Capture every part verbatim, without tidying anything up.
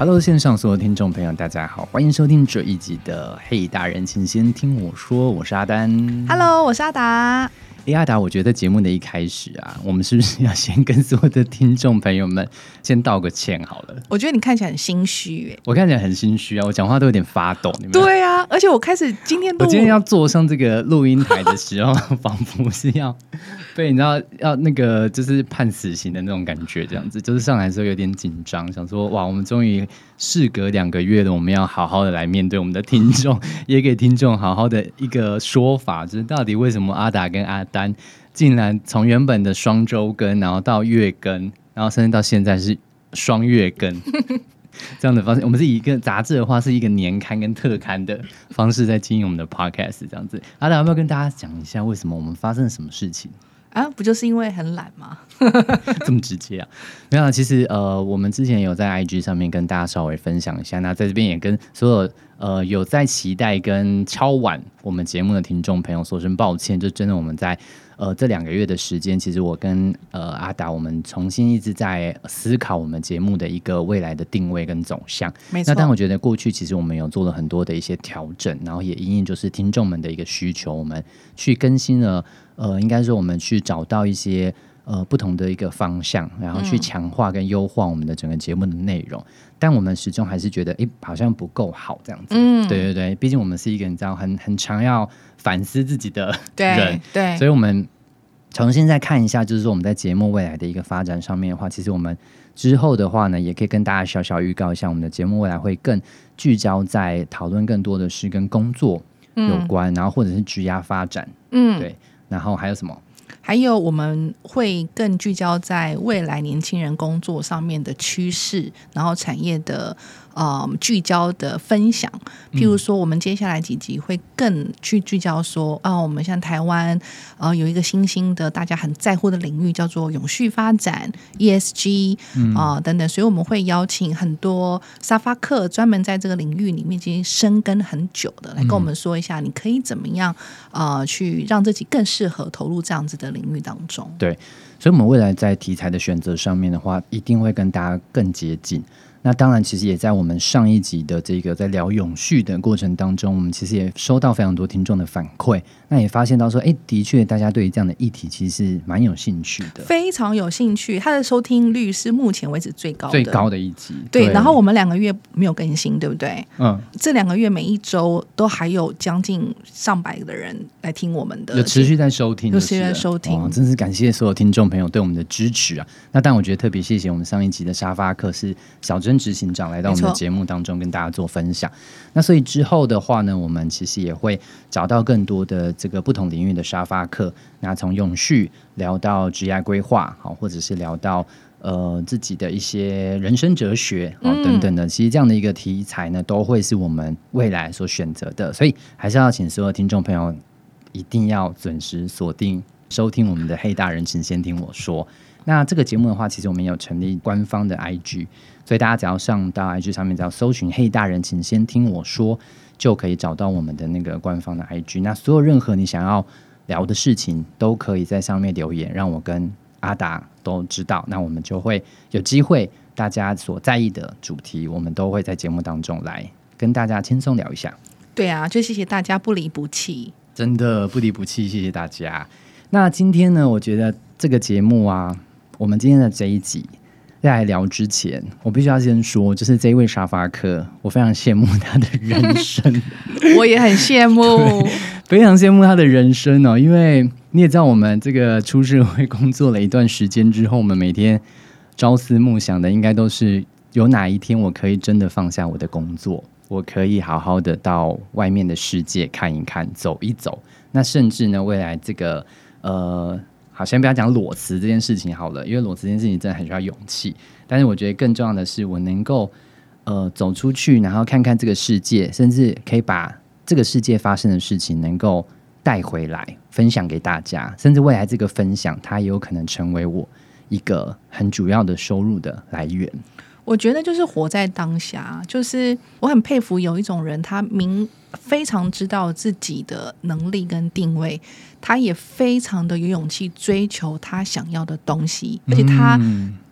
Hello， 线上所有听众朋友，大家好，欢迎收听这一集的《嘿大人，请先听我说》，我是阿丹。 Hello， 我是阿达。 欸，阿达，我觉得节目的一开始啊，我们是不是要先跟所有的听众朋友们先道个歉好了？ 我觉得你看起来很心虚耶。 我看起来很心虚啊，我讲话都有点发抖。你们对啊，而且我开始今天录， 我今天要坐上这个录音台的时候，仿佛是要被你知道要那个就是判死刑的那种感觉，这样子，就是上来的时候有点紧张，想说哇，我们终于事隔两个月了，我们要好好的来面对我们的听众，也给听众好好的一个说法，就是到底为什么阿达跟阿丹竟然从原本的双周更，然后到月更，然后甚至到现在是双月更这样的方式。我们是以一个杂志的话，是一个年刊跟特刊的方式在经营我们的 podcast 这样子。阿达要不要跟大家讲一下为什么我们发生了什么事情啊？不就是因为很懒吗？ 这么直接啊？没有，其实呃，我们之前有在 I G 上面跟大家稍微分享一下，那在这边也跟所有呃有在期待跟敲碗我们节目的听众朋友说声抱歉，就真的我们在呃这两个月的时间，其实我跟呃阿达我们重新一直在思考我们节目的一个未来的定位跟走向。 没错。 那但我觉得过去其实我们有做了很多的一些调整，然后也因应就是听众们的一个需求，我们去更新了呃，应该说我们去找到一些呃不同的一个方向，然后去强化跟优化我们的整个节目的内容。嗯，但我们始终还是觉得，哎，好像不够好这样子。嗯，对对对，毕竟我们是一个你知道很很常要反思自己的人， 对对， 所以我们重新再看一下，就是说我们在节目未来的一个发展上面的话，其实我们之后的话呢，也可以跟大家小小预告一下，我们的节目未来会更聚焦在讨论更多的是跟工作有关，嗯，然后或者是职涯发展，嗯，对，然后还有什么？ 还有我们会更聚焦在未来年轻人工作上面的趋势，然后产业的呃聚焦的分享。譬如说我们接下来几集会更去聚焦说啊，我们像台湾呃有一个新兴的大家很在乎的领域叫做永续发展 E S G 啊，呃嗯，等等，所以我们会邀请很多沙发客专门在这个领域里面已经深耕很久的来跟我们说一下你可以怎么样呃去让自己更适合投入这样子的领域当中。 对，所以我们未来在题材的选择上面的话，一定会跟大家更接近。那当然其实也在我们上一集的这个在聊永续的过程当中，我们其实也收到非常多听众的反馈，那也发现到说，哎，的确大家对于这样的议题其实是蛮有兴趣的， 非常有兴趣。它的收听率是目前为止最高的最高的一集。 对, 对，然后我们两个月没有更新，对不对？嗯，这两个月每一周都还有将近上百的人来听我们的， 有持续在收听， 有持续在收听， 哇，真是感谢所有听众朋友对我们的支持啊！那但我觉得特别谢谢我们上一集的沙发客是小珍执行长来到我们的节目当中跟大家做分享。那所以之后的话呢，我们其实也会找到更多的这个不同领域的沙发客，那从永续聊到职业规划，或者是聊到呃自己的一些人生哲学，嗯，等等的，其实这样的一个题材呢，都会是我们未来所选择的。所以还是要请所有听众朋友一定要准时锁定收听我们的嘿大人请先听我说。那这个节目的话，其实我们有成立官方的 I G， 所以大家只要上到 I G 上面，只要搜寻嘿大人请先听我说，就可以找到我们的那个官方的 I G。 那所有任何你想要聊的事情都可以在上面留言，让我跟阿达都知道，那我们就会有机会大家所在意的主题，我们都会在节目当中来跟大家轻松聊一下。 对啊，就谢谢大家不离不弃， 真的不离不弃，谢谢大家。那今天呢，我觉得这个节目啊，我们今天的这一集在来聊之前，我必须要先说，就是这一位沙发客，我非常羡慕他的人生我也很羡慕非常羡慕他的人生哦，因为你也知道我们这个出社会工作了一段时间之后，我们每天朝思暮想的应该都是有哪一天我可以真的放下我的工作，我可以好好的到外面的世界看一看走一走。那甚至呢，未来这个呃，好，先不要讲裸辞这件事情好了，因为裸辞这件事情真的很需要勇气。但是我觉得更重要的是，我能够呃走出去，然后看看这个世界，甚至可以把这个世界发生的事情能够带回来，分享给大家。甚至未来这个分享，它也有可能成为我一个很主要的收入的来源。 我觉得就是活在当下，就是我很佩服有一种人，他明非常知道自己的能力跟定位，他也非常的有勇气追求他想要的东西，而且他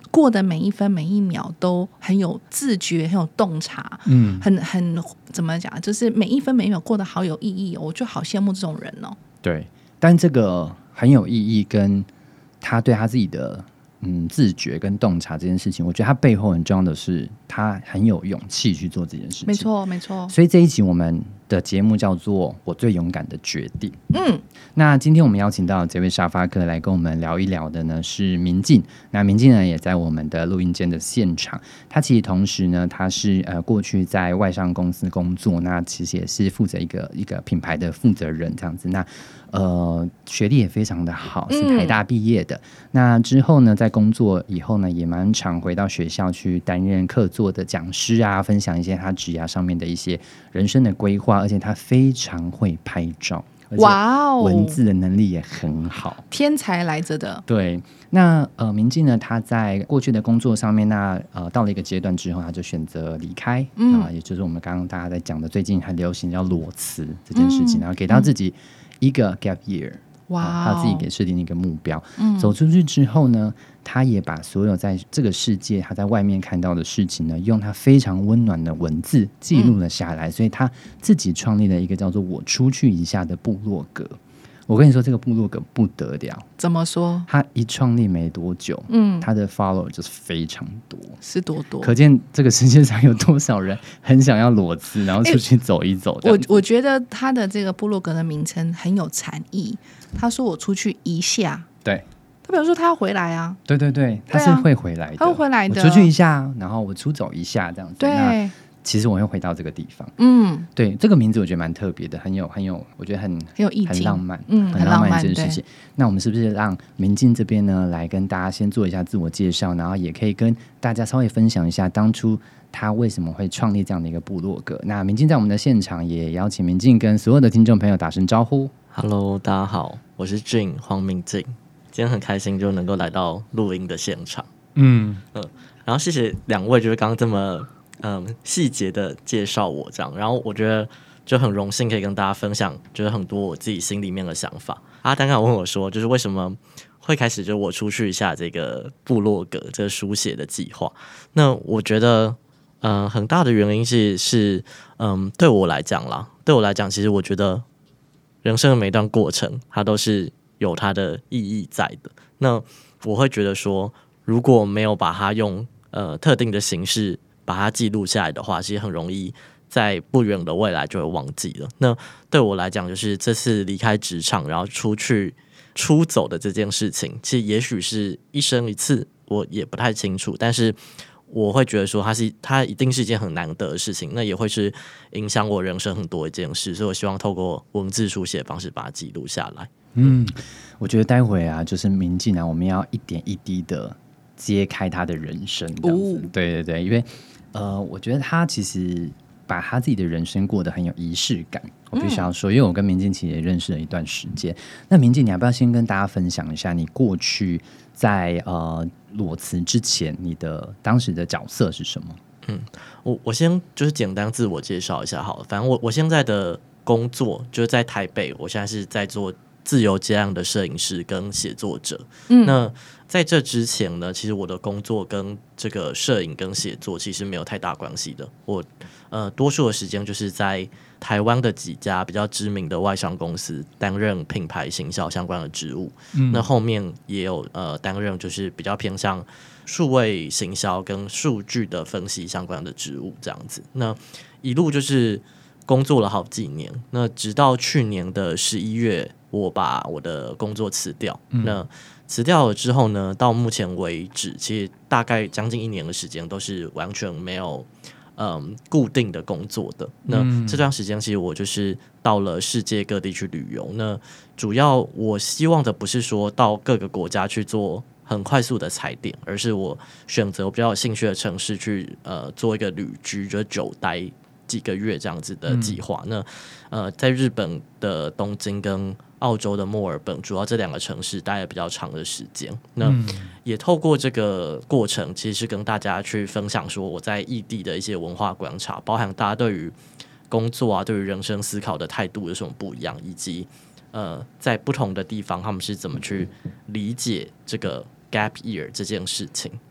过的每一分每一秒都很有自觉，很有洞察，嗯，很很怎么讲，就是每一分每一秒过得好有意义哦，我就好羡慕这种人哦。 对，但这个很有意义，跟他对他自己的嗯自觉跟洞察这件事情，我觉得他背后很重要的是，他很有勇气去做这件事情。 没错，没错。 所以这一集我们的节目叫做《我最勇敢的决定》。嗯，那今天我们邀请到这位沙发客来跟我们聊一聊的呢是明静。那明静呢也在我们的录音间的现场。他其实同时呢，他是呃过去在外商公司工作，那其实也是负责一个一个品牌的负责人这样子。那呃学历也非常的好，是台大毕业的。嗯、那之后呢，在工作以后呢，也蛮常回到学校去担任客座的讲师啊，分享一些他职涯上面的一些人生的规划。而且他非常会拍照，哇哦，文字的能力也很好， 天才来着的。 对，那呃，明静呢，他在过去的工作上面，那呃，到了一个阶段之后，他就选择离开，嗯、呃，也就是我们刚刚大家在讲的，最近很流行叫裸辞这件事情，嗯、然后给到自己一个 gap year。哇、哦，他自己给设定一个目标、嗯，走出去之后呢，他也把所有在这个世界他在外面看到的事情呢，用他非常温暖的文字记录了下来、嗯、所以他自己创立了一个叫做我出去一下的部落格。我跟你说这个部落格不得了， 怎么说？ 他一创立没多久，嗯，他的 follower 就是非常多， 是多多， 可见这个世界上有多少人很想要裸辞，然后出去走一走、欸、 我我觉得他的这个部落格的名称很有禅意。他说我出去一下， 对， 他比如说他要回来啊， 对对对，他是会回来的， 他会回来的， 我出去一下，然后我出走一下这样子， 对， 那其实我会回到这个地方，嗯，对，这个名字我觉得蛮特别的，很有很有，我觉得很很有意境， 很浪漫， 嗯， 很浪漫一件事情。那我们是不是让明静这边呢来跟大家先做一下自我介绍，然后也可以跟大家稍微分享一下当初他为什么会创立这样的一个部落格？那明静在我们的现场，也邀请明静跟所有的听众朋友打声招呼。 Hello， 大家好，我是俊黄明静，今天很开心就能够来到录音的现场。嗯嗯，然后谢谢两位，就是刚刚这么嗯细节的介绍我这样，然后我觉得就很荣幸可以跟大家分享，就是很多我自己心里面的想法。阿丹刚问我说，就是为什么会开始就我出去一下这个部落格这个书写的计划？那我觉得，嗯、呃，很大的原因是是嗯，对我来讲啦，对我来讲，其实我觉得。人生的每一段过程，它都是有它的意义在的。那我会觉得说，如果没有把它用呃特定的形式把它记录下来的话，其实很容易在不远的未来就会忘记了。那对我来讲，就是这次离开职场，然后出去出走的这件事情，其实也许是一生一次，我也不太清楚，但是。我会觉得说它是它一定是一件很难得的事情，那也会是影响我人生很多一件事，所以我希望透过文字书写的方式把它记录下来。 嗯，我觉得待会啊，就是明静啊，我们要一点一滴的揭开他的人生这样子。哦、对对对，因为呃，我觉得他其实把他自己的人生过得很有仪式感。我必须要说，因为我跟明静其实也认识了一段时间。那明静，你要不要先跟大家分享一下你过去在呃裸辞之前，你的当时的角色是什么？ 嗯，我我先就是简单自我介绍一下好了。反正我我现在的工作就是在台北，我现在是在做自由接案的摄影师跟写作者。嗯，那在这之前呢，其实我的工作跟这个摄影跟写作其实没有太大关系的。我呃多数的时间就是在台湾的几家比较知名的外商公司担任品牌行销相关的职务，嗯、那后面也有呃担任就是比较偏向数位行销跟数据的分析相关的职务这样子。那一路就是工作了好几年，那直到去年的十一月，我把我的工作辞掉。嗯、那辞掉了之后呢，到目前为止，其实大概将近一年的时间都是完全没有。嗯，固定的工作的那、嗯、这段时间，其实我就是到了世界各地去旅游。那主要我希望的不是说到各个国家去做很快速的踩点，而是我选择我比较有兴趣的城市去呃做一个旅居，就久待几个月这样子的计划。嗯、那呃，在日本的东京跟澳洲的墨尔本，主要这两个城市待了比较长的时间。那、嗯、也透过这个过程，其实是跟大家去分享说我在异地的一些文化观察，包含大家对于工作啊、对于人生思考的态度有什么不一样，以及呃，在不同的地方他们是怎么去理解这个 gap year 这件事情。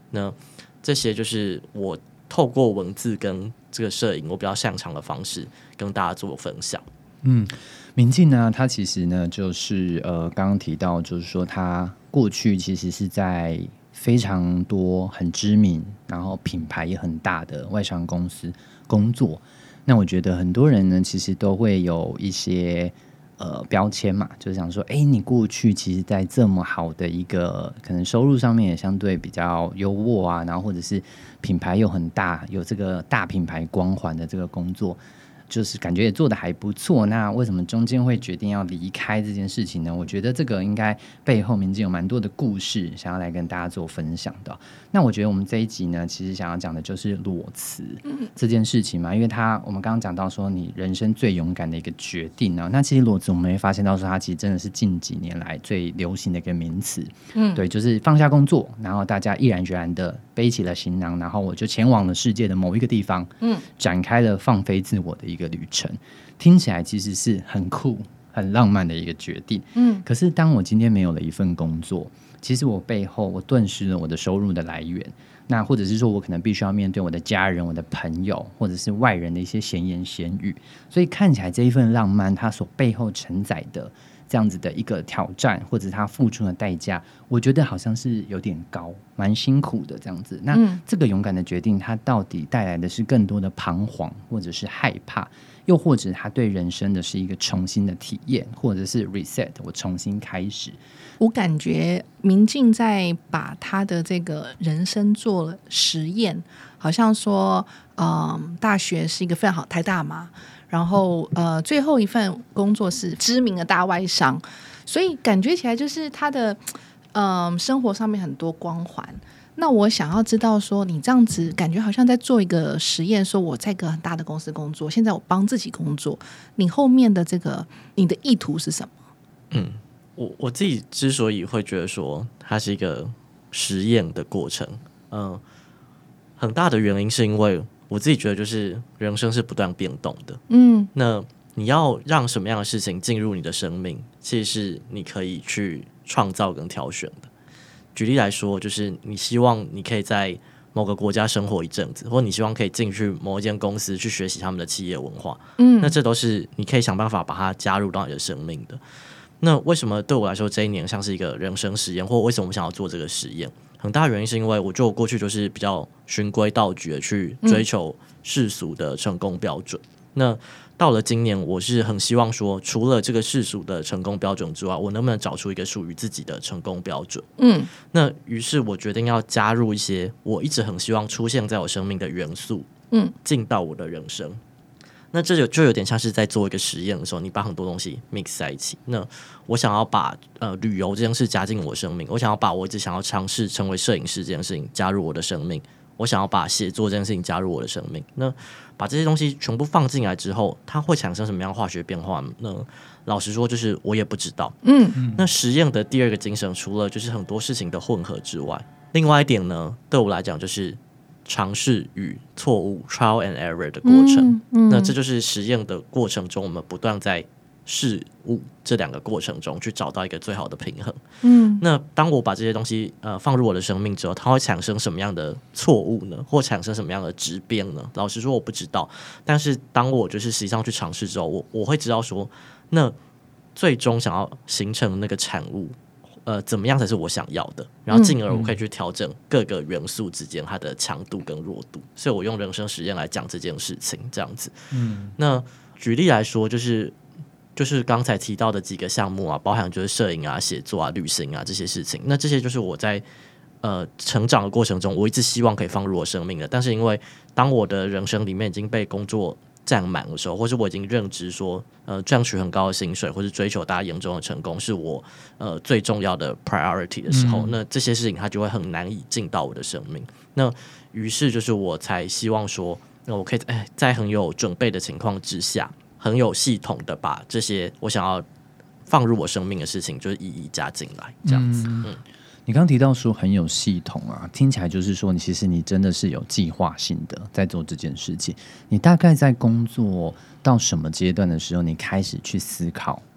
那这些就是我透过文字跟这个摄影我比较擅长的方式跟大家做分享。 嗯，明镜呢，他其实呢就是呃刚刚提到，就是说他过去其实是在非常多很知名，然后品牌也很大的外商公司工作。那我觉得很多人呢，其实都会有一些呃标签嘛，就是想说，哎，你过去其实在这么好的一个可能收入上面也相对比较优渥啊，然后或者是品牌又很大，有这个大品牌光环的这个工作，就是感觉也做得还不错，那为什么中间会决定要离开这件事情呢？我觉得这个应该背后明镜有蛮多的故事想要来跟大家做分享的。那我觉得我们这一集呢，其实想要讲的就是裸辞这件事情嘛，因为他我们刚刚讲到说你人生最勇敢的一个决定呢，那其实裸辞我们会发现到说它其实真的是近几年来最流行的一个名词。嗯，对，就是放下工作，然后大家毅然决然的背起了行囊，然后我就前往了世界的某一个地方，嗯，展开了放飞自我的一个旅程。听起来其实是很酷很浪漫的一个决定，嗯，可是当我今天没有了一份工作，其实我背后我顿失了我的收入的来源，那或者是说我可能必须要面对我的家人我的朋友或者是外人的一些闲言闲语，所以看起来这一份浪漫它所背后承载的这样子的一个挑战或者他付出的代价，我觉得好像是有点高，蛮辛苦的这样子。那这个勇敢的决定它到底带来的是更多的彷徨或者是害怕，又或者他对人生的是一个重新的体验，或者是 reset 我重新开始。 我感觉明镜在把他的这个人生做了实验，好像说嗯，大学是一个非常好台大嘛，然后呃，最后一份工作是知名的大外商，所以感觉起来就是他的嗯、呃、生活上面很多光环。那我想要知道说，你这样子感觉好像在做一个实验，说我在一个很大的公司工作，现在我帮自己工作，你后面的这个你的意图是什么？ 嗯，我我自己之所以会觉得说它是一个实验的过程，嗯、呃，很大的原因是因为我自己觉得就是人生是不断变动的，嗯，那你要让什么样的事情进入你的生命，其实是你可以去创造跟挑选的。举例来说，就是你希望你可以在某个国家生活一阵子，或你希望可以进去某一间公司去学习他们的企业文化，嗯，那这都是你可以想办法把它加入到你的生命的。那为什么对我来说这一年像是一个人生实验，或为什么我想要做这个实验？很大的原因是因为我觉得我过去就是比较循规蹈矩的去追求世俗的成功标准，嗯，那到了今年我是很希望说，除了这个世俗的成功标准之外，我能不能找出一个属于自己的成功标准？嗯，那于是我决定要加入一些我一直很希望出现在我生命的元素，嗯，进到我的人生。那这就就有点像是在做一个实验的时候，你把很多东西 mix 在一起。那我想要把呃旅游这件事加进我的生命，我想要把我一直想要尝试成为摄影师这件事情加入我的生命，我想要把写作这件事情加入我的生命。那把这些东西全部放进来之后，它会产生什么样的化学变化呢？老实说，就是我也不知道。嗯，那实验的第二个精神，除了就是很多事情的混合之外，另外一点呢，对我来讲就是尝试与错误 trial and error 的过程。嗯嗯，那这就是实验的过程中，我们不断在事物这两个过程中去找到一个最好的平衡。嗯，那当我把这些东西呃放入我的生命之后，它会产生什么样的错误呢？或产生什么样的质变呢？老实说我不知道，但是当我就是实际上去尝试之后，我我会知道说，那最终想要形成的那个产物呃，怎么样才是我想要的，然后进而我可以去调整各个元素之间它的强度跟弱度，所以我用人生实验来讲这件事情这样子。嗯，那举例来说，就是就是刚才提到的几个项目啊，包含就是摄影啊、写作啊、旅行啊这些事情，那这些就是我在呃成长的过程中我一直希望可以放入我生命的，但是因为当我的人生里面已经被工作占满的时候，或是我已经认知说呃赚取很高的薪水或是追求大家眼中的成功是我呃最重要的 priority 的时候，嗯，那这些事情它就会很难以进到我的生命。那于是就是我才希望说，那我可以哎在很有准备的情况之下，很有系统的把这些我想要放入我生命的事情就是一一加进来这样子。嗯，嗯， 你刚刚提到说很有系统啊，听起来就是说你其实你真的是有计划性的在做这件事情。你大概在工作到什么阶段的时候，你开始去思考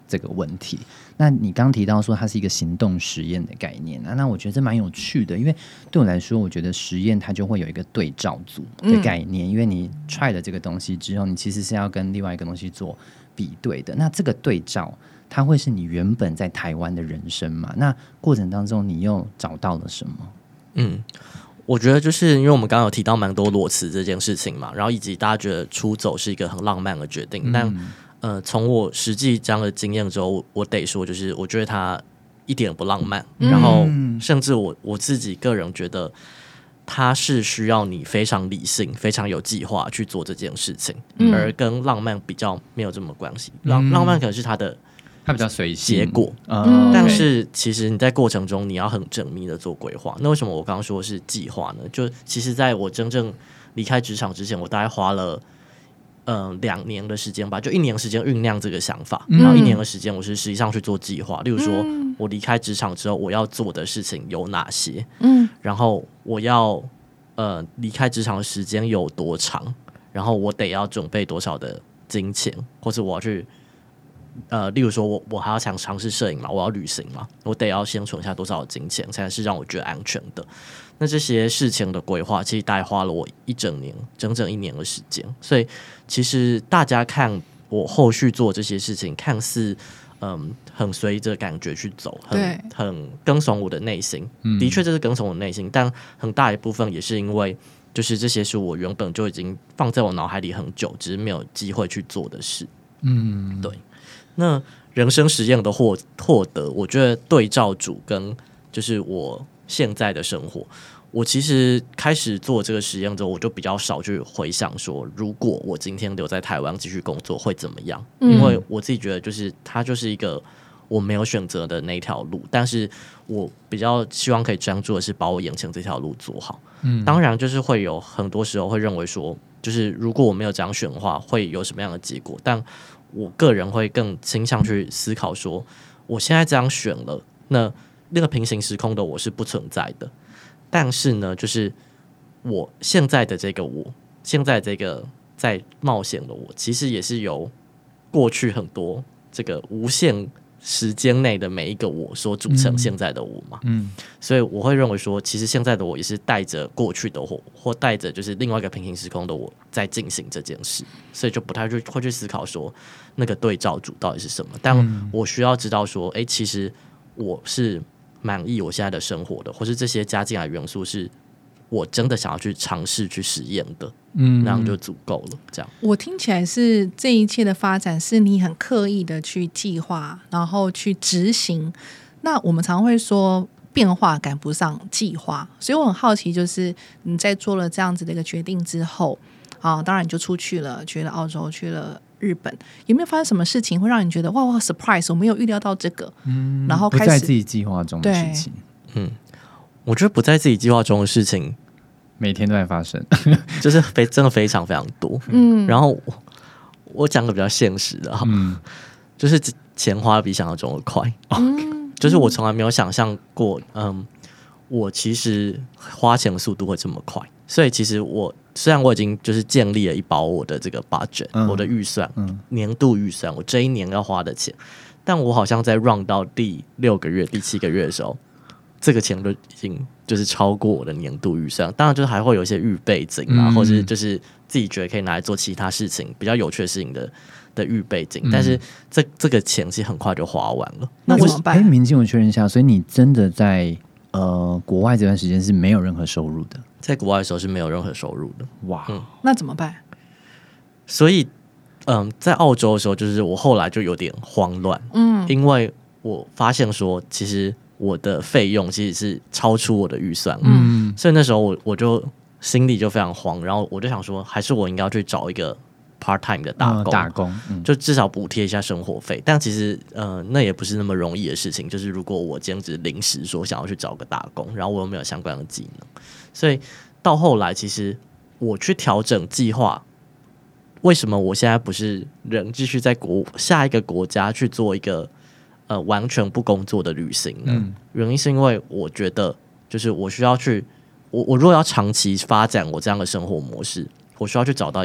这个问题。那你刚提到说它是一个行动实验的概念啊，那我觉得这蛮有趣的，因为对我来说，我觉得实验它就会有一个对照组的概念，嗯、因为你 try 了这个东西之后，你其实是要跟另外一个东西做比对的。那这个对照，它会是你原本在台湾的人生嘛？那过程当中，你又找到了什么？ 嗯。我觉得就是因为我们刚刚有提到蛮多裸辞这件事情嘛，然后以及大家觉得出走是一个很浪漫的决定，嗯、但呃，从我实际这样的经验之后，我得说，就是我觉得它一点不浪漫，嗯、然后甚至我我自己个人觉得，它是需要你非常理性、非常有计划去做这件事情，嗯、而跟浪漫比较没有这么关系。浪浪漫可能是它的。 它比较随性结果，嗯、但是其实你在过程中你要很缜密的做规划。那为什么我刚刚说是计划呢？就其实在我真正离开职场之前，我大概花了嗯两、呃、年的时间吧，就一年时间酝酿这个想法，嗯、然后一年的时间我是实际上去做计划。例如说，嗯、我离开职场之后我要做的事情有哪些，嗯、然后我要呃离开职场的时间有多长，然后我得要准备多少的金钱，或是我要去。呃，例如说我我还要想尝试摄影嘛，我要旅行嘛，我得要先存下多少金钱才是让我觉得安全的。那这些事情的规划，其实大概花了我一整年，整整一年的时间。所以其实大家看我后续做这些事情，看似嗯很随着感觉去走，很很跟从我的内心，嗯、的确这是跟从我的内心，但很大一部分也是因为。就是这些是我原本就已经放在我脑海里很久，只是没有机会去做的事。嗯，对。那人生实验的获获得，我觉得对照组跟就是我现在的生活，我其实开始做这个实验之后，我就比较少去回想说，如果我今天留在台湾继续工作会怎么样？嗯、因为我自己觉得，就是它就是一个我没有选择的那条路，但是我比较希望可以专注的是把我眼前这条路做好。嗯，当然就是会有很多时候会认为说，就是如果我没有这样选的话，会有什么样的结果？但我个人会更倾向去思考说，我现在这样选了，那那个平行时空的我是不存在的。但是呢，就是我现在的这个我，现在这个在冒险的我，其实也是由过去很多这个无限时间内的每一个我所组成现在的我嘛，嗯，所以我会认为说，其实现在的我也是带着过去的我，或带着就是另外一个平行时空的我在进行这件事，所以就不太去会去思考说那个对照组到底是什么，但我需要知道说，哎、欸，其实我是满意我现在的生活的，或是这些加进来的元素是我真的想要去尝试去实验的，嗯，那样就足够了。这样， 我听起来是这一切的发展是你很刻意的去计划，然后去执行。那我们常会说变化赶不上计划，所以我很好奇，就是你在做了这样子的一个决定之后，啊，当然你就出去了，去了澳洲，去了日本，有没有发生什么事情会让你觉得哇哇 surprise， 我没有预料到这个，嗯，然后开始不在自己计划中的事情， 嗯，我觉得不在自己计划中的事情。 每天都在发生， 就是非真的非常非常多。嗯，然后我, 我讲个比较现实的哈，嗯，就是钱花比想象中的快。嗯，就是我从来没有想象过，嗯，我其实花钱的速度会这么快。所以其实我虽然我已经就是建立了一包我的这个 budget，嗯、我的预算，嗯，年度预算，我这一年要花的钱，但我好像在 run 到第六个月、第七个月的时候。这个钱都已经就是超过我的年度预算，当然就是还会有一些预备金啊，嗯、或者就是自己觉得可以拿来做其他事情比较有趣的事情的的预备金，嗯、但是这这个钱其实很快就花完了。 那怎么办？ 哎，明静，我确认一下，所以你真的在呃国外这段时间是没有任何收入的？ 在国外的时候是没有任何收入的。 哇，嗯、 那怎么办？ 所以，嗯，在澳洲的时候，就是我后来就有点慌乱，嗯，因为我发现说，其实。我的费用其实是超出我的预算，嗯，所以那时候我我就心里就非常慌，然后我就想说，还是我应该要去找一个 part time 的打工，嗯、 打工，嗯、 就至少补贴一下生活费。但其实，呃，那也不是那么容易的事情。就是如果我今天只是临时说想要去找个打工，然后我又没有相关的技能，所以到后来，其实我去调整计划。为什么我现在不是人继续在国下一个国家去做一个？呃，完全不工作的旅行呢？嗯、原因是因为我觉得，就是我需要去，我我如果要长期发展我这样的生活模式，我需要去找到一个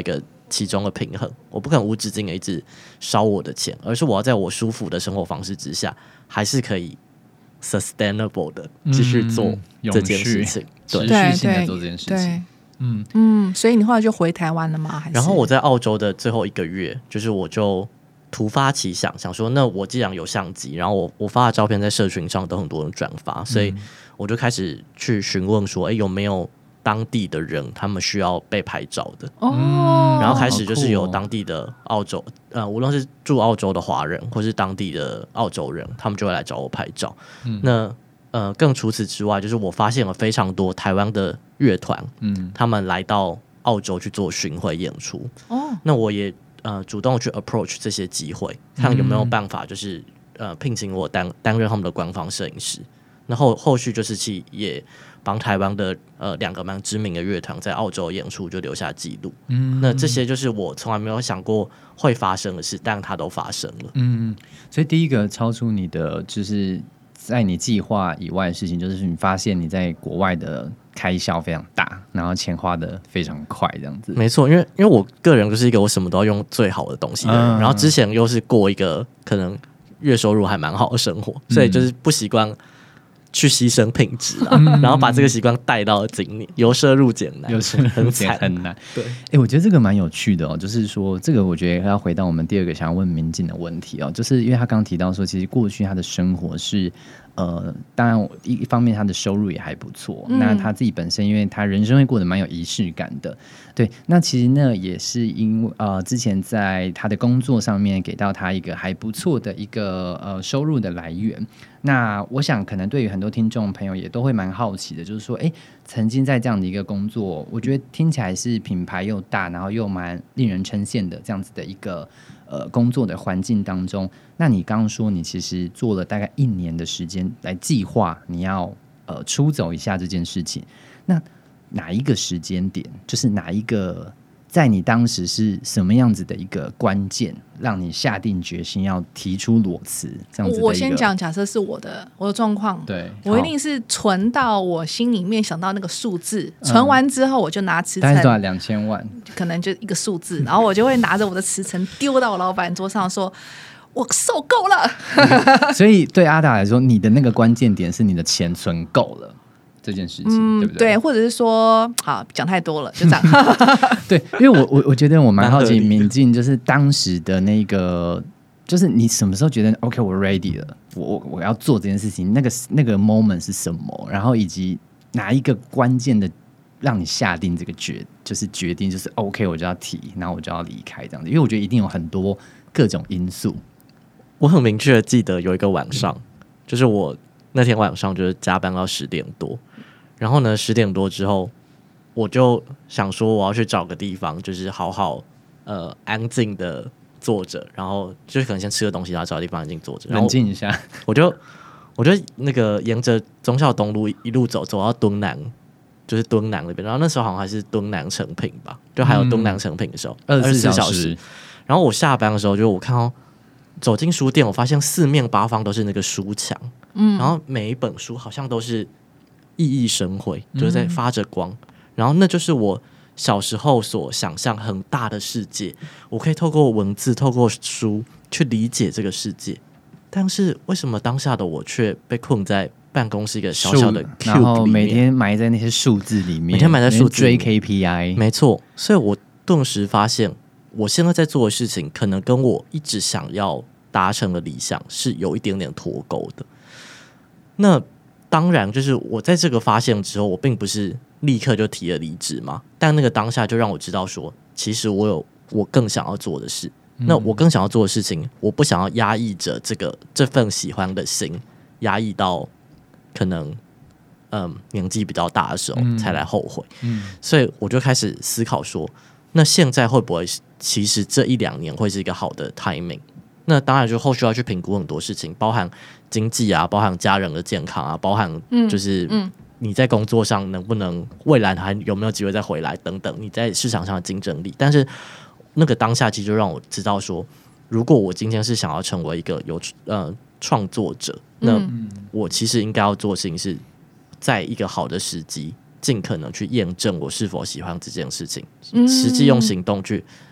其中的平衡，我不可能无止境的一直烧我的钱，而是我要在我舒服的生活方式之下，还是可以 sustainable 的继续做这件事情， 持续性的做这件事情。 嗯嗯，所以你后来就回台湾了吗？还是然后我在澳洲的最后一个月，就是我就突发奇想，想说，那我既然有相机，然后我我发的照片在社群上都很多人转发，所以我就开始去询问说，哎，有没有当地的人他们需要被拍照的？ 哦， 然后开始就是有当地的澳洲，呃，无论是住澳洲的华人，或是当地的澳洲人，他们就会来找我拍照。嗯、那呃，更除此之外，就是我发现了非常多台湾的乐团，嗯，他们来到澳洲去做巡回演出。哦，那我也呃主动去 approach 这些机会，看有没有办法，就是呃聘请我担担任他们的官方摄影师。那后后续就是去也帮台湾的呃两个蛮知名的乐团在澳洲演出，就留下记录。嗯，那这些就是我从来没有想过会发生的事，但它都发生了。 嗯，所以第一个超出你的就是在你计划以外的事情，就是你发现你在国外的开销非常大，然后钱花的非常快，这样子。 没错，因为因为我个人就是一个我什么都要用最好的东西的人，嗯、然后之前又是过一个可能月收入还蛮好的生活，所以就是不习惯去牺牲品质啊，嗯、然后把这个习惯带到了今年，由奢入俭难， 由奢入俭很难。 对， 哎、欸，我觉得这个蛮有趣的哦，就是说，这个我觉得要回到我们第二个想要问明镜的问题哦，就是因为他刚刚提到说，其实过去他的生活是。呃，当然一一方面他的收入也还不错，嗯、那他自己本身因为他人生会过得蛮有仪式感的，对，那其实呢也是因为呃之前在他的工作上面给到他一个还不错的一个呃收入的来源。那我想可能对于很多听众朋友也都会蛮好奇的，就是说，哎，曾经在这样的一个工作，我觉得听起来是品牌又大，然后又蛮令人称羡的这样子的一个。呃，工作的环境当中，那你刚刚说你其实做了大概一年的时间来计划你要呃出走一下这件事情，那哪一个时间点，就是哪一个在你当时是什么样子的一个关键，让你下定决心要提出裸辞这样子的一个？ 我先讲，假设是我的我的状况， 对， 我一定是存到我心里面想到那个数字，存完之后我就拿辞呈， 大概多少两千万， 可能就一个数字，然后我就会拿着我的辞呈丢到我老板桌上说。我受够了所以对阿达来说，你的那个关键点是你的钱存够了这件事情，嗯、对不对？ 对，或者是说，好讲太多了，就这样。 对，因为我我我觉得我蛮好奇明镜，就是当时的那个，就是你什么时候觉得 OK， 我 ready 了，我我要做这件事情，那个那个 moment 是什么？然后以及哪一个关键的让你下定这个决，就是决定，就是 OK， 我就要提，然后我就要离开这样子。因为我觉得一定有很多各种因素。 我很明确的记得有一个晚上，嗯、就是我那天晚上就是加班到十点多，然后呢十点多之后，我就想说我要去找个地方，就是好好呃安静的坐着，然后就是可能先吃个东西，然后找个地方安静坐着， 冷静一下。 我就我就那个沿着忠孝东路一路走，走到敦南，就是敦南那边，然后那时候好像还是敦南成品吧，就还有敦南成品的时候， 二十四小时。然后我下班的时候，就我看到。走进书店，我发现四面八方都是那个书墙，嗯，然后每一本书好像都是熠熠生辉，就是在发着光。嗯、然后那就是我小时候所想象很大的世界，我可以透过文字、透过书去理解这个世界。但是为什么当下的我却被困在办公室一个小小的 cube 里面， 然后每天埋在那些数字里面， 每天埋在数字追 K P I， 没错。所以我顿时发现。我现在在做的事情，可能跟我一直想要达成的理想是有一点点脱钩的。那当然，就是我在这个发现之后，我并不是立刻就提了离职嘛。但那个当下就让我知道说，其实我有我更想要做的事。嗯、那我更想要做的事情，我不想要压抑着这个这份喜欢的心，压抑到可能嗯年纪比较大的时候才来后悔。嗯嗯、所以我就开始思考说。那现在会不会其实这一两年会是一个好的 timing？ 那当然就后续要去评估很多事情，包含经济啊，包含家人的健康啊，包含就是你在工作上能不能未来还有没有机会再回来等等，你在市场上的竞争力。但是那个当下其实就让我知道说，如果我今天是想要成为一个有呃创作者，那我其实应该要做的事情是在一个好的时机。尽可能去验证我是否喜欢这件事情，实际用行动去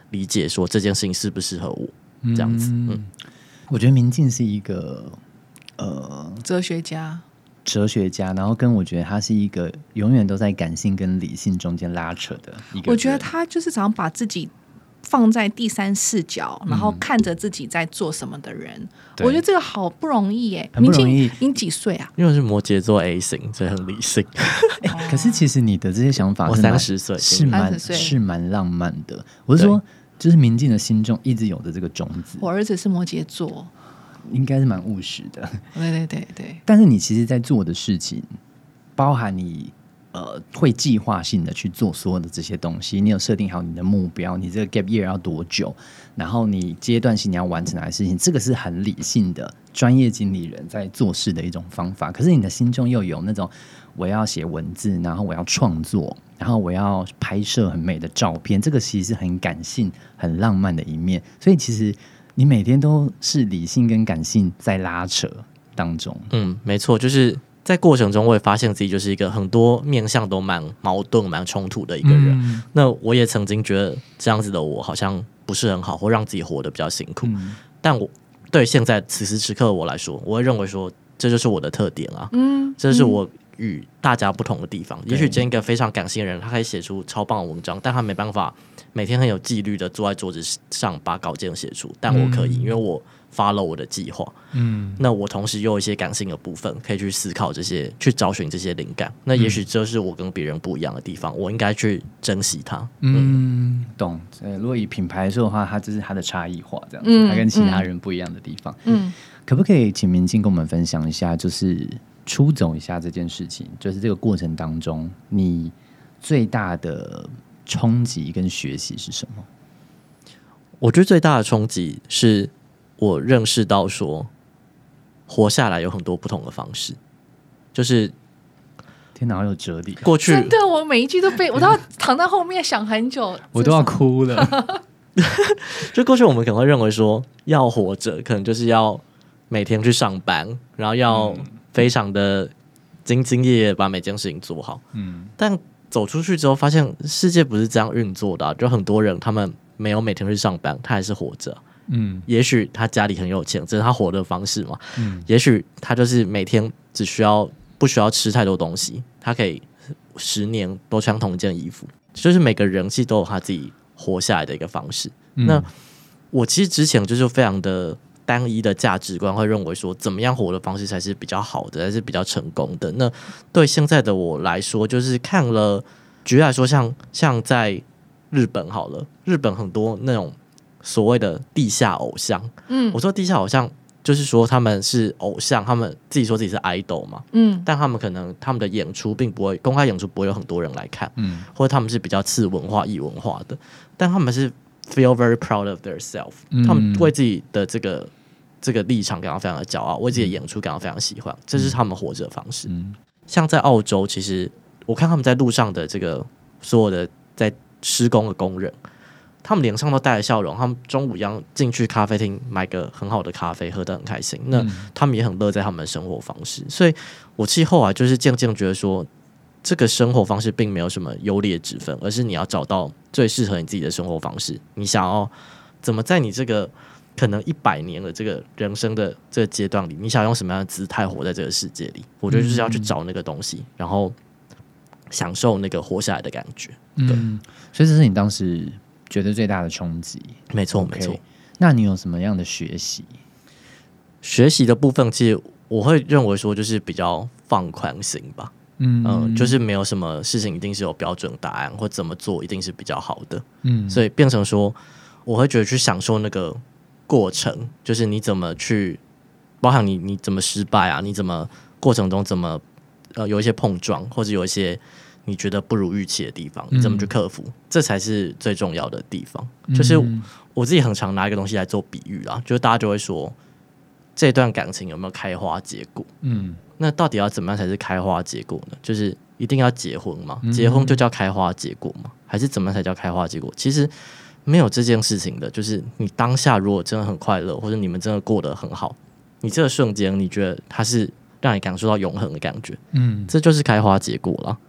理解说这件事情适不适合我，这样子。嗯，嗯我觉得明镜是一个呃哲学家。 哲学家，然后跟我觉得他是一个永远都在感性跟理性中间拉扯的一个人。 我觉得他就是常把自己放在第三视角，然后看着自己在做什么的人。嗯、我觉得这个好不容易耶， 很不容易。 您几岁啊？ 因为我是摩羯座 A 型，所以很理性。 欸、可是其实你的这些想法是， 我三十岁， 是蛮是蛮浪漫的。我是说，就是明镜的心中一直有着这个种子。 我儿子是摩羯座。 应该是蛮务实的， 对对对对。 但是你其实在做的事情，包含你呃会计划性的去做所有的这些东西，你有设定好你的目标，你这个 gap year 要多久，然后你阶段性你要完成哪些事情，这个是很理性的专业经理人在做事的一种方法。可是你的心中又有那种我要写文字，然后我要创作，然后我要拍摄很美的照片，这个其实是很感性很浪漫的一面。所以其实你每天都是理性跟感性在拉扯当中。 嗯，没错，就是在过程中我也发现自己就是一个很多面向都蛮矛盾蛮冲突的一个人、嗯、那我也曾经觉得这样子的我好像不是很好，或让自己活得比较辛苦、嗯、但我对现在此时此刻的我来说，我会认为说这就是我的特点啊，嗯，这是我与大家不同的地方、嗯、也许今天一个非常感性的人他可以写出超棒的文章，但他没办法每天很有纪律的坐在桌子上把稿件写出，但我可以、嗯、因为我 follow 我的计划。嗯，那我同时又有一些感性的部分可以去思考这些，去找寻这些灵感，那也许这是我跟别人不一样的地方，我应该去珍惜它。 嗯，嗯懂。如果以品牌来说的话，它就是它的差异化这样子、嗯、它跟其他人不一样的地方。嗯，可不可以请明镜跟我们分享一下，就是出走一下这件事情，就是这个过程当中你最大的冲击跟学习是什么？ 我觉得最大的冲击是我认识到说活下来有很多不同的方式，就是天哪，好有哲理。 过去真的，我每一句都被我都要躺在后面想很久， 我都要哭了。 就过去我们可能会认为说要活着可能就是要每天去上班，然后要非常的兢兢业业把每件事情做好。嗯，但走出去之后发现世界不是这样运作的、啊、就很多人他们没有每天去上班，他还是活着。嗯，也许他家里很有钱，这是他活的方式嘛。嗯，也许他就是每天只需要不需要吃太多东西，他可以十年都穿同一件衣服。就是每个人其实都有他自己活下来的一个方式。嗯、那我其实之前就是非常的单一的价值观，会认为说怎么样活的方式才是比较好的，才是比较成功的。那对现在的我来说，就是看了，举例来说像，像在日本好了，日本很多那种所谓的地下偶像，嗯，我说地下偶像就是说他们是偶像，他们自己说自己是 idol 嘛，嗯，但他们可能他们的演出并不会公开演出，不会有很多人来看，嗯，或者他们是比较次文化、异文化的，但他们是 feel very proud of their self，、嗯、他们为自己的这个这个立场感到非常的骄傲，为自己的演出感到非常喜欢，这是他们活着的方式。嗯、像在澳洲，其实我看他们在路上的这个所有的在施工的工人，他们脸上都带着笑容，他们中午一样进去咖啡厅买个很好的咖啡，喝得很开心。那他们也很乐在他们的生活方式，所以我其实后来就是渐渐觉得说，这个生活方式并没有什么优劣之分，而是你要找到最适合你自己的生活方式。你想要怎么在你这个可能一百年的这个人生的这个阶段里，你想用什么样的姿态活在这个世界里？我觉得就是要去找那个东西，然后享受那个活下来的感觉。对， 嗯、所以这是你当时觉得最大的冲击。 没错，没错。 那你有什么样的学习？ 学习的部分，其实我会认为说，就是比较放宽心吧。嗯、呃，就是没有什么事情一定是有标准答案，或怎么做一定是比较好的。嗯，所以变成说，我会觉得去享受那个过程，就是你怎么去，包含你你怎么失败啊，你怎么过程中怎么呃有一些碰撞，或者有一些你觉得不如预期的地方，你怎么去克服、嗯、这才是最重要的地方。就是我自己很常拿一个东西来做比喻啦，就是大家就会说这段感情有没有开花结果。嗯，那到底要怎么样才是开花结果呢？就是一定要结婚吗？结婚就叫开花结果吗？还是怎么样才叫开花结果？其实没有这件事情的。就是你当下如果真的很快乐，或者你们真的过得很好，你这个瞬间你觉得它是让你感受到永恒的感觉，嗯，这就是开花结果了。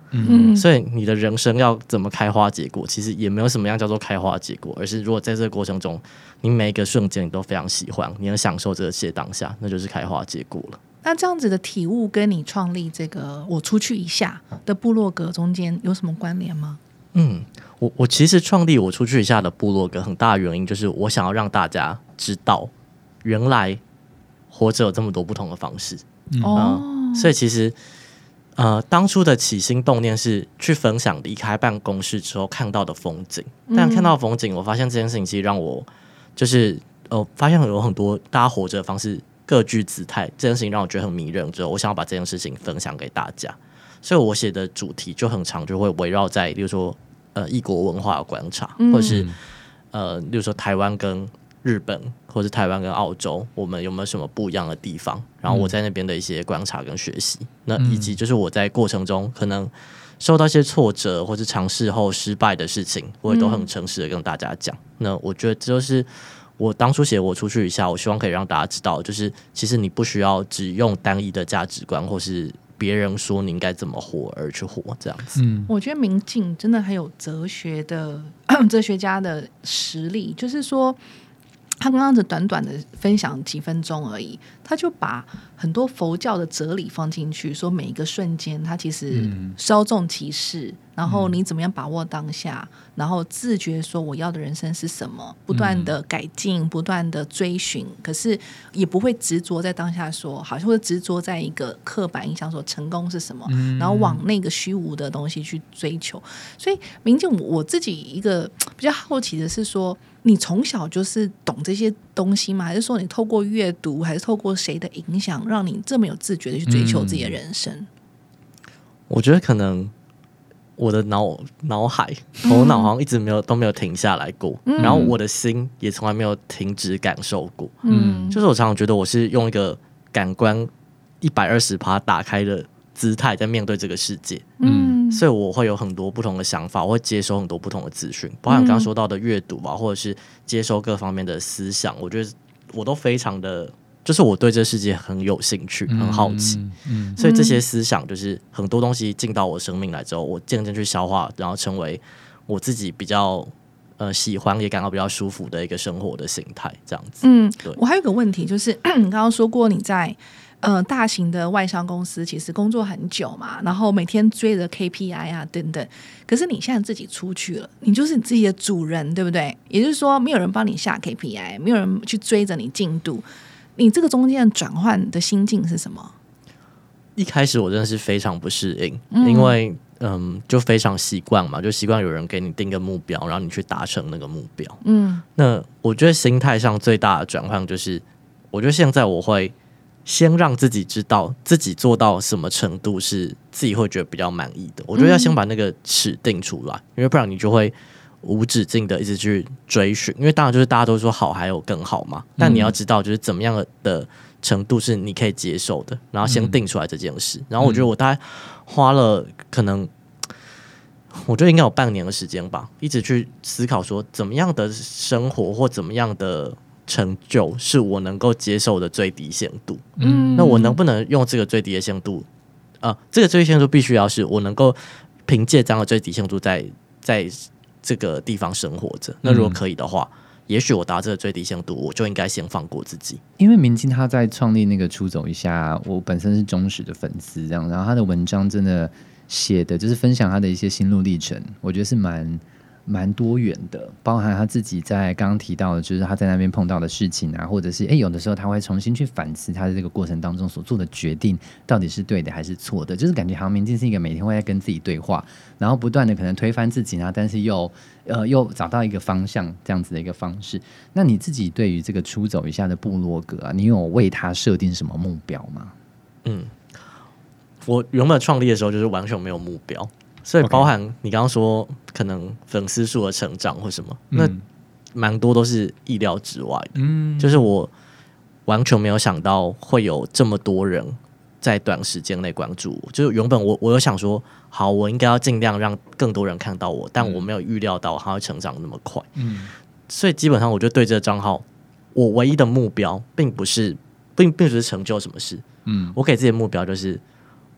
嗯，所以你的人生要怎么开花结果，其实也没有什么样叫做开花结果，而是如果在这个过程中，你每一个瞬间你都非常喜欢，你能享受这些当下，那就是开花结果了。 那这样子的体悟跟你创立这个我出去一下的部落格中间有什么关联吗？ 嗯，我我其实创立我出去一下的部落格很大的原因就是我想要让大家知道原来活着有这么多不同的方式。嗯、哦、呃，所以其实呃当初的起心动念是去分享离开办公室之后看到的风景，但看到风景我发现这件事情其实让我就是呃发现有很多大家活着的方式各具姿态，这件事情让我觉得很迷人之后，我想要把这件事情分享给大家，所以我写的主题就很常就会围绕在例如说呃异国文化的观察，或者是呃例如说台湾跟日本或是台湾跟澳洲我们有没有什么不一样的地方，然后我在那边的一些观察跟学习、嗯、那以及就是我在过程中可能受到一些挫折或是尝试后失败的事情，我也都很诚实的跟大家讲、嗯、那我觉得这就是我当初写我出去一下，我希望可以让大家知道，就是其实你不需要只用单一的价值观或是别人说你应该怎么活而去活这样子、嗯、 我觉得明镜真的很有哲学的哲学家的实力，就是说他刚刚只短短的分享几分钟而已，他就把很多佛教的哲理放进去，说每一个瞬间他其实稍纵即逝、嗯、然后你怎么样把握当下，然后自觉说我要的人生是什么，不断的改进，不断的追寻，可是也不会执着在当下说好像会执着在一个刻板印象说成功是什么、嗯、然后往那个虚无的东西去追求。所以明镜我自己一个比较好奇的是说，你从小就是懂这些东西吗？还是说你透过阅读，还是透过谁的影响让你这么有自觉的去追求自己的人生、嗯、 我觉得可能我的脑脑海头脑好像一直没有、嗯、都没有停下来过、嗯、然后我的心也从来没有停止感受过。嗯，就是我常常觉得我是用一个感官一百二十趴打开的姿态在面对这个世界。嗯，所以我会有很多不同的想法，我会接收很多不同的资讯，包含刚刚说到的阅读吧，或者是接收各方面的思想，我觉得我都非常的就是我对这世界很有兴趣，很好奇、嗯嗯、所以这些思想就是很多东西进到我生命来之后，我渐渐去消化，然后成为我自己比较呃喜欢也感到比较舒服的一个生活的形态这样子。 嗯，对。我还有一个问题就是你刚刚说过你在呃，大型的外商公司其实工作很久嘛，然后每天追着 K P I 啊等等，可是你现在自己出去了，你就是你自己的主人，对不对？也就是说没有人帮你下 K P I， 没有人去追着你进度，你这个中间的转换的心境是什么？ 一开始我真的是非常不适应、嗯、因为嗯，就非常习惯嘛，就习惯有人给你定个目标，然后你去达成那个目标。嗯，那我觉得心态上最大的转换就是我觉得现在我会先让自己知道自己做到什么程度是自己会觉得比较满意的，我觉得要先把那个尺定出来、嗯、因为不然你就会无止境的一直去追寻，因为当然就是大家都说好还有更好嘛，但你要知道就是怎么样的程度是你可以接受的，然后先定出来这件事、嗯、然后我觉得我大概花了可能我觉得应该有半年的时间吧，一直去思考说怎么样的生活或怎么样的成就是我能够接受的最低限度。嗯，那我能不能用这个最低的限度呃，这个最低限度必须要是我能够凭借这样的最低限度在在这个地方生活着，那如果可以的话、嗯、也许我达这个最低限度我就应该先放过自己。 因为明镜他在创立那个出走一下，我本身是忠实的粉丝这样，然后他的文章真的写的就是分享他的一些心路历程，我觉得是蛮蛮多元的，包含他自己在刚刚提到的就是他在那边碰到的事情啊，或者是有的时候他会重新去反思他的这个过程当中所做的决定到底是对的还是错的，就是感觉好像明镜是一个每天会在跟自己对话，然后不断的可能推翻自己啊，但是又呃又找到一个方向这样子的一个方式。那你自己对于这个出走一下的部落格啊，你有为他设定什么目标吗？ 嗯，我原本创立的时候就是完全没有目标，所以包含你刚刚说可能粉丝数的成长或什么、嗯、那蛮多都是意料之外的、嗯、就是我完全没有想到会有这么多人在短时间内关注我，就是原本我我有想说好我应该要尽量让更多人看到我，但我没有预料到它会成长那么快、嗯、所以基本上我就对这个账号我唯一的目标并不是并并不是成就什么事、嗯、我给自己的目标就是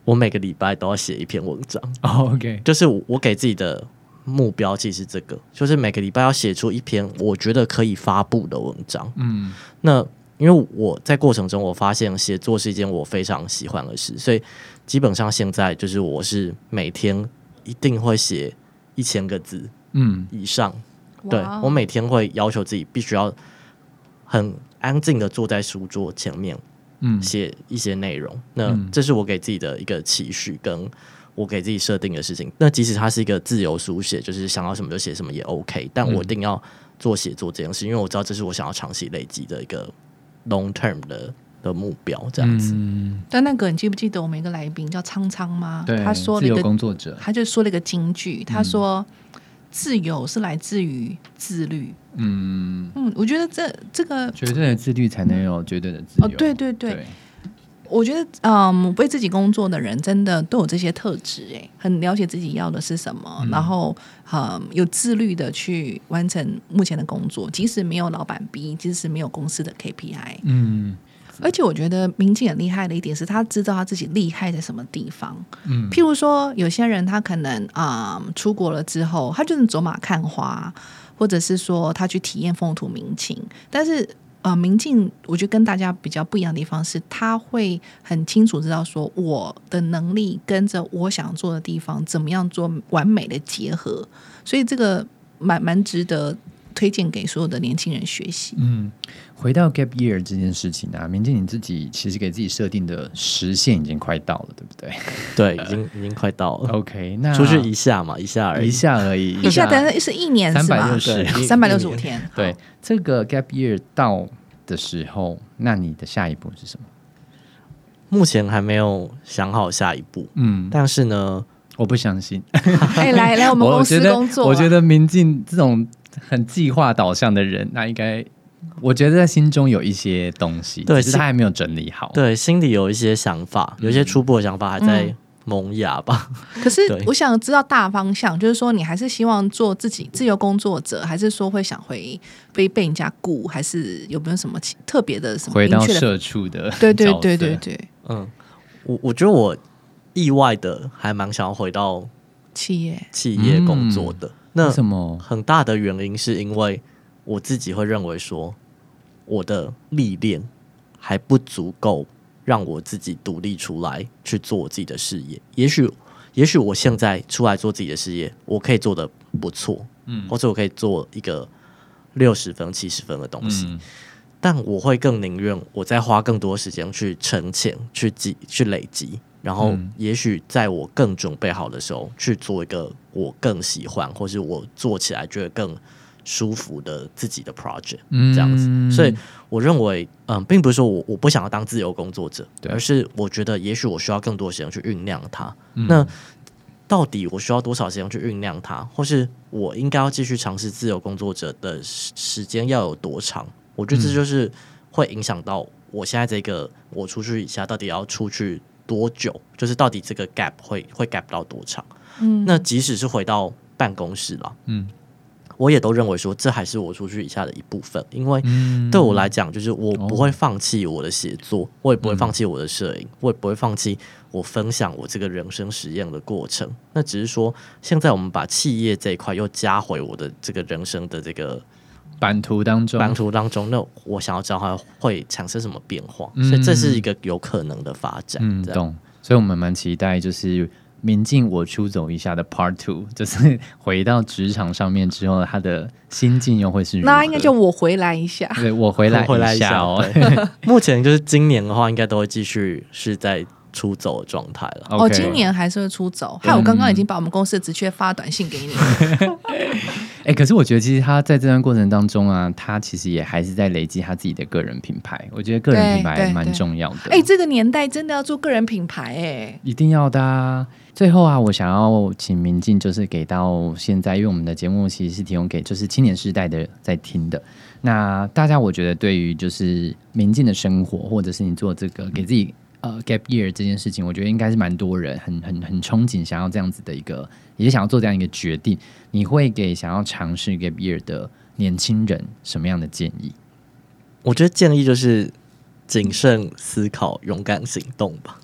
我每个礼拜都要写一篇文章。 oh, OK， 就是我给自己的目标其实是这个，就是每个礼拜要写出一篇我觉得可以发布的文章。嗯，那因为我在过程中我发现写作是一件我非常喜欢的事，所以基本上现在就是我是每天一定会写一千个字以上。嗯，对，我每天会要求自己必须要很安静的坐在书桌前面。嗯，写一些内容，那这是我给自己的一个期许，跟我给自己设定的事情。那即使它是一个自由书写，就是想要什么就写什么也 OK， 但我一定要做写作这件事，因为我知道这是我想要长期累积的一个 long term 的的目标，这样子。 嗯，但那个你记不记得我们一个来宾叫苍苍吗？ 对， 他说了一个自由工作者， 他就说了一个金句，他说。嗯，自由是来自于自律。嗯嗯，我觉得这这个绝对的自律才能有绝对的自由。 哦，对对 对, 对，我觉得嗯，为自己工作的人真的都有这些特质，哎，很了解自己要的是什么，嗯，然后嗯，有自律的去完成目前的工作，即使没有老板逼，即使没有公司的 K P I。嗯。而且我觉得明镜很厉害的一点是他知道他自己厉害在什么地方。嗯，譬如说有些人他可能啊，嗯，出国了之后他就是走马看花，或者是说他去体验风土民情，但是呃，明镜我觉得跟大家比较不一样的地方是他会很清楚知道说我的能力跟着我想做的地方怎么样做完美的结合，所以这个蛮蛮值得推荐给所有的年轻人学习。嗯， 回到 gap year 这件事情啊，明镜你自己其实给自己设定的时限已经快到了，对不对？ 对，已经已经快到了。 OK， 那出去一下嘛，一下而已， 一下而已， 一下但是是一年是吧？三百六十五天。 对，这个 gap year 到的时候，那你的下一步是什么？ 目前还没有想好下一步。嗯，但是呢。 我不相信。 哎，来来，我们公司工作，啊我。我觉得明镜这种很计划导向的人，那应该，我觉得在心中有一些东西，对，只是他还没有整理好。 对，心里有一些想法，有一些初步的想法还在萌芽吧。 嗯，可是我想知道大方向，就是说你还是希望做自己自由工作者，还是说会想回被被人家雇，还是有没有什么特别的什么回到社畜的？ 对对对对对。 嗯，我我觉得我。意外的还蛮想要回到企业企业工作的。嗯，那为什么？ 很大的原因是因为我自己会认为说，我的历练还不足够让我自己独立出来去做我自己的事业。也许，也许我现在出来做自己的事业，我可以做得不错，嗯，或者我可以做一个六十分、七十分的东西。嗯，但我会更宁愿我再花更多时间去沉潜、去积、去累积。然后也许在我更准备好的时候去做一个我更喜欢或是我做起来觉得更舒服的自己的 project，嗯，这样子。所以我认为嗯，并不是说我我不想要当自由工作者，而是我觉得也许我需要更多时间去酝酿它。嗯，那到底我需要多少时间去酝酿它，或是我应该要继续尝试自由工作者的时间要有多长，我觉得这就是会影响到我现在这个我出去一下到底要出去多久，就是到底这个 gap 会会 gap 到多长？嗯，那即使是回到办公室了，嗯，我也都认为说这还是我出去以下的一部分，因为对我来讲，就是我不会放弃我的写作，我也不会放弃我的摄影，我也不会放弃我分享我这个人生实验的过程。那只是说，现在我们把企业这一块又加回我的这个人生的这个版图当中， 版图当中，那我想要知道它会产生什么变化，嗯，所以这是一个有可能的发展。 嗯，懂。所以我们蛮期待，就是明镜我出走一下的 Part Two， 就是回到职场上面之后，他的心境又会是如何？ 那应该就我回来一下， 对，我回来一下哦。 目前就是今年的话，应该都会继续是在出走的状态了。 哦， okay， 今年还是会出走。害我刚刚已经把我们公司的职缺发短信给你。 哎、欸，可是我觉得其实他在这段过程当中啊，他其实也还是在累积他自己的个人品牌。我觉得个人品牌蛮重要的。 哎、欸，这个年代真的要做个人品牌哎、欸， 一定要的啊。最后啊，我想要请明镜，就是给到现在，因为我们的节目其实是提供给就是青年世代的在听的。那大家我觉得对于就是明镜的生活，或者是你做这个给自己呃 gap year 这件事情，我觉得应该是蛮多人很很很憧憬想要这样子的一个，也想要做这样一个决定。你会给想要尝试 gap year 的年轻人什么样的建议？ 我觉得建议就是谨慎思考，勇敢行动吧。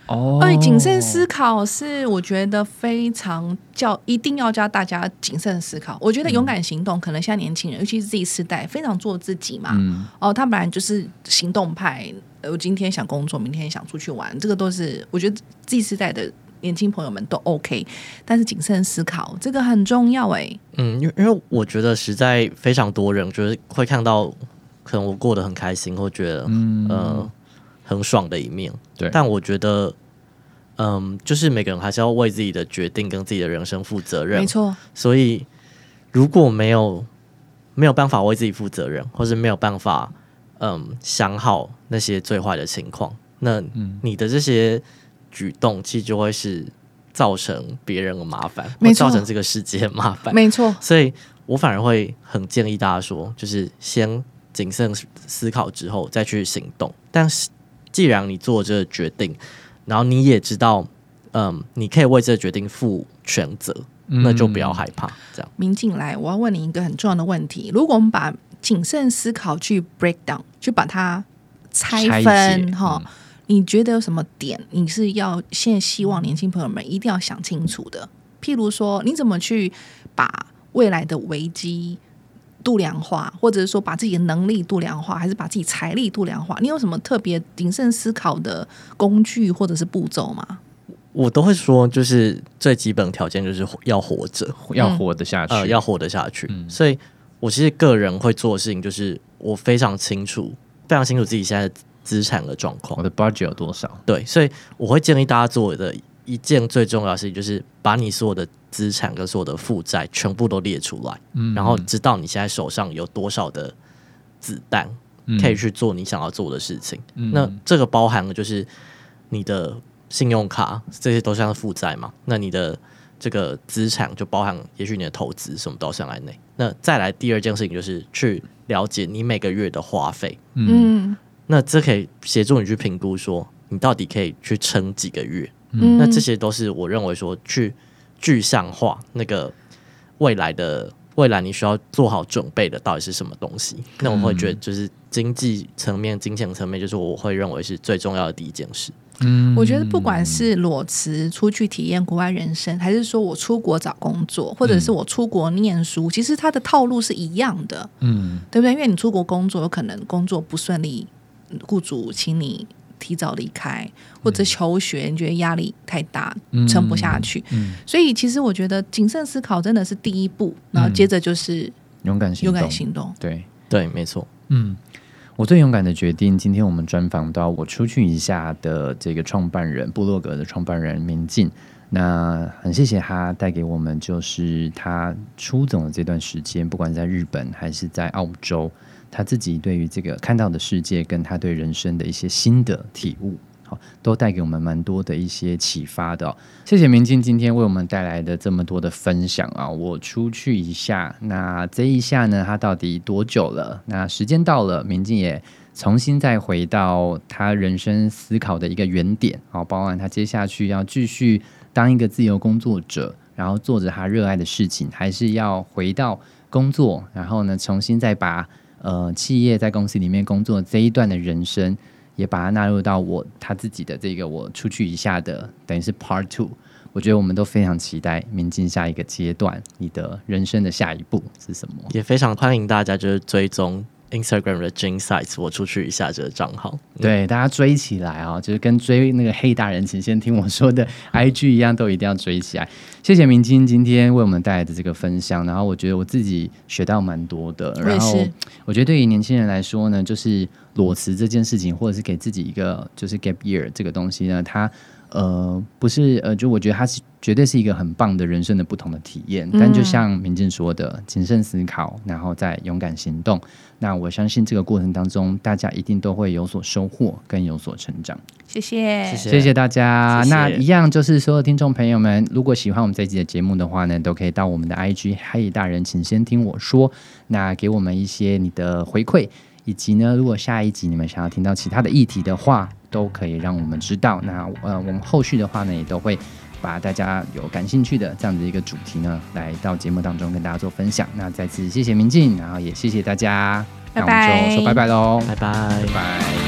哦，哎，谨慎思考是我觉得非常教，一定要教大家谨慎思考。我觉得勇敢行动，可能现在年轻人，尤其是这一世代，非常做自己嘛。嗯、哦，他本来就是行动派，我今天想工作，明天想出去玩，这个都是我觉得这一世代的年轻朋友们都 OK。但是谨慎思考这个很重要哎、欸。 嗯，因为我觉得实在非常多人就是会看到，可能我过得很开心，或觉得嗯呃。很爽的一面，对，但我觉得，嗯，就是每个人还是要为自己的决定跟自己的人生负责任， 没错。 所以如果没有没有办法为自己负责任，或是没有办法，嗯，想好那些最坏的情况，那你的这些举动其实就会是造成别人的麻烦，会造成这个世界的麻烦， 没错。 所以我反而会很建议大家说，就是先谨慎思考之后再去行动，但是。既然你做这个决定，然后你也知道，嗯，你可以为这个决定负全责，嗯、那就不要害怕。这样， 明进来，我要问你一个很重要的问题：如果我们把谨慎思考去 break down， 去把它拆分，哈、嗯，你觉得有什么点？你是要现在希望年轻朋友们一定要想清楚的？譬如说，你怎么去把未来的危机度量化，或者是说把自己的能力度量化，还是把自己财力度量化？你有什么特别谨慎思考的工具或者是步骤吗？ 我都会说，就是最基本条件就是要活着， 要活得下去， 呃，要活得下去。嗯、所以，我其实个人会做的事情，就是我非常清楚，非常清楚自己现在的资产的状况， 我的 budget 有多少？ 对，所以我会建议大家做的一件最重要的事情，就是把你所有的资产跟所有的负债全部都列出来，嗯、然后知道你现在手上有多少的子弹，嗯、可以去做你想要做的事情。嗯、那这个包含了就是你的信用卡，这些都像是负债嘛。那你的这个资产就包含，也许你的投资什么都要算在内。那再来第二件事情就是去了解你每个月的花费，嗯，那这可以协助你去评估说你到底可以去撑几个月。嗯、那这些都是我认为说去具象化那个未来的未来你需要做好准备的到底是什么东西。那我会觉得就是经济层面、金钱层面，就是我会认为是最重要的第一件事。 嗯，我觉得不管是裸辞出去体验国外人生，还是说我出国找工作，或者是我出国念书，其实它的套路是一样的，嗯，对不对？因为你出国工作，有可能工作不顺利，雇主请你提早离开，或者求学你觉得压力太大，撑不下去，嗯嗯、所以其实我觉得谨慎思考真的是第一步，然后接着就是勇敢行动， 勇敢行动， 对对，没错， 嗯。我最勇敢的决定，今天我们专访到我出去一下的这个创办人，部落格的创办人明进。那很谢谢他带给我们，就是他出走的这段时间，不管在日本还是在澳洲，他自己对于这个看到的世界，跟他对人生的一些新的体悟，都带给我们蛮多的一些启发的、哦。谢谢明进今天为我们带来的这么多的分享啊！我出去一下，那这一下呢，他到底多久了？那时间到了，明进也重新再回到他人生思考的一个原点，好，包含他接下去要继续当一个自由工作者，然后做着他热爱的事情，还是要回到工作，然后呢，重新再把呃企业在公司里面工作这一段的人生。也把它纳入到我他自己的这个我出去一下的等于是 part two， 我觉得我们都非常期待明进下一个阶段，你的人生的下一步是什么？ 也非常欢迎大家就是追踪 Instagram 的 Jinsights 我出去一下这个账号， 对，大家追起来啊、哦，就是跟追那个黑大人请先听我说的 I G 一样，都一定要追起来。谢谢明进今天为我们带来的这个分享，然后我觉得我自己学到蛮多的，然后我觉得对于年轻人来说呢，就是裸辞这件事情，或者是给自己一个就是 gap year 这个东西呢，它呃不是呃，就我觉得它是绝对是一个很棒的人生的不同的体验。但就像明进说的，谨慎思考，然后再勇敢行动。那我相信这个过程当中，大家一定都会有所收获，跟有所成长。 谢谢， 谢谢， 谢谢大家。谢谢。那一样就是所有听众朋友们，如果喜欢我们这一集的节目的话呢，都可以到我们的 I G 嘿大人，请先听我说，那给我们一些你的回馈。以及呢，如果下一集你们想要听到其他的议题的话，都可以让我们知道。那呃，我们后续的话呢，也都会把大家有感兴趣的这样的一个主题呢，来到节目当中跟大家做分享。那再次谢谢明进，然后也谢谢大家， 拜拜， 那我们就说拜拜喽， 拜拜， 拜拜。